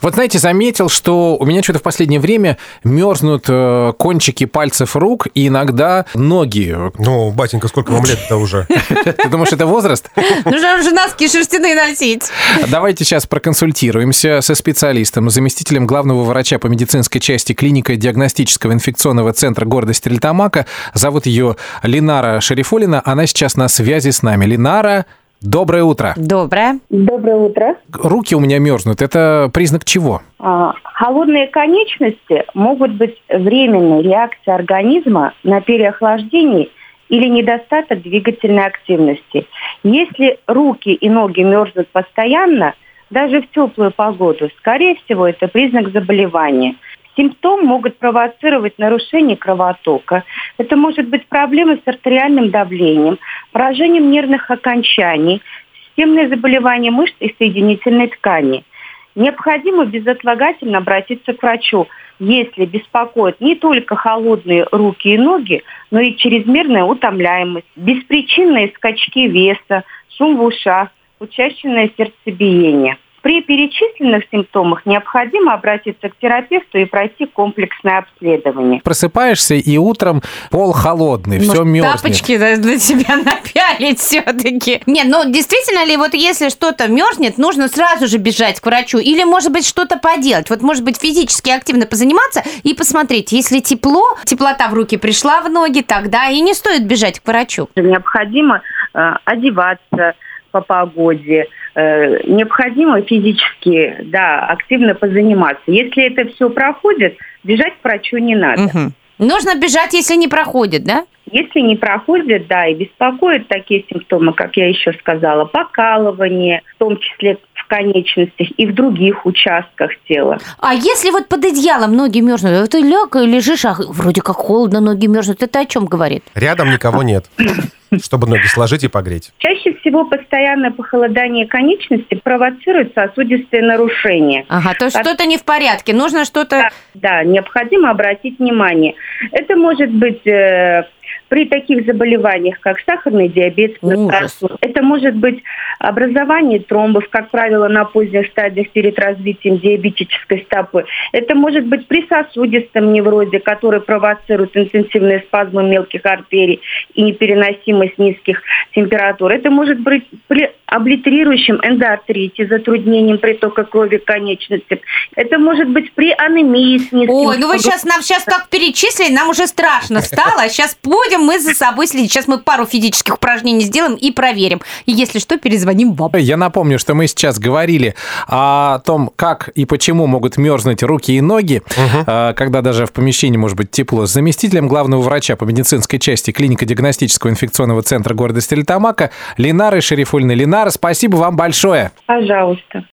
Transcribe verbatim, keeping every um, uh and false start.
Вот знаете, заметил, что у меня что-то в последнее время мерзнут э, кончики пальцев рук и иногда ноги. Ну, батенька, сколько вам лет-то уже? Ты думаешь, это возраст? Нужно уже носки шерстяные носить. Давайте сейчас проконсультируемся со специалистом, заместителем главного врача по медицинской части клинико-диагностического инфекционного центра города Стерлитамака. Зовут ее Линара Шарифуллина. Она сейчас на связи с нами. Линара, доброе утро. Доброе. Доброе утро. Руки у меня мерзнут. Это признак чего? А, холодные конечности могут быть временной реакцией организма на переохлаждение или недостаток двигательной активности. Если руки и ноги мерзнут постоянно, даже в теплую погоду, скорее всего, это признак заболевания. Симптомы могут провоцировать нарушение кровотока. Это может быть проблемы с артериальным давлением, поражением нервных окончаний, системные заболевания мышц и соединительной ткани. Необходимо безотлагательно обратиться к врачу, если беспокоят не только холодные руки и ноги, но и чрезмерная утомляемость, беспричинные скачки веса, шум в ушах, учащенное сердцебиение. При перечисленных симптомах необходимо обратиться к терапевту и пройти комплексное обследование. Просыпаешься, и утром пол холодный, Может, все мерзнет. тапочки для себя напялить все-таки. Не, ну действительно ли, вот если что-то мерзнет, нужно сразу же бежать к врачу? Или, может быть, что-то поделать? Вот, может быть, физически активно позаниматься и посмотреть, если тепло, теплота в руки пришла в ноги, тогда и не стоит бежать к врачу. Необходимо э, одеваться по погоде, э, необходимо физически, да, активно позаниматься. Если это все проходит, бежать к врачу не надо. Угу. Нужно бежать, если не проходит, да? Если не проходит, да, и беспокоят такие симптомы, как я еще сказала, покалывание, в том числе в конечностях и в других участках тела. А если вот под одеялом ноги мерзнут, вот ты ляг и лежишь, а вроде как холодно, ноги мерзнут, это о чем говорит? Рядом никого нет, чтобы ноги сложить и погреть. Чаще всего постоянное похолодание конечности провоцирует сосудистые нарушения. Ага, то есть От... что-то не в порядке, нужно что-то... Да, да, необходимо обратить внимание. Это может быть... Э, при таких заболеваниях, как сахарный диабет, это может быть образование тромбов, как правило, на поздних стадиях перед развитием диабетической стопы. Это может быть при сосудистом неврозе, который провоцирует интенсивные спазмы мелких артерий и непереносимость низких температур. Это может быть при облитерирующем эндоартрите, затруднением притока крови к конечностям. Это может быть при анемии с низким... Ой, ну вы сейчас нам сейчас так перечислили, нам уже страшно стало. Сейчас будем мы за собой следить. Сейчас мы пару физических упражнений сделаем и проверим. И если что, перезвоним вам. Я напомню, что мы сейчас говорили о том, как и почему могут мерзнуть руки и ноги, угу. когда даже в помещении может быть тепло, с заместителем главного врача по медицинской части клинико-диагностического инфекционного центра города Стерлитамака Линарой Шарифуллиной. Линара, спасибо вам большое. Пожалуйста.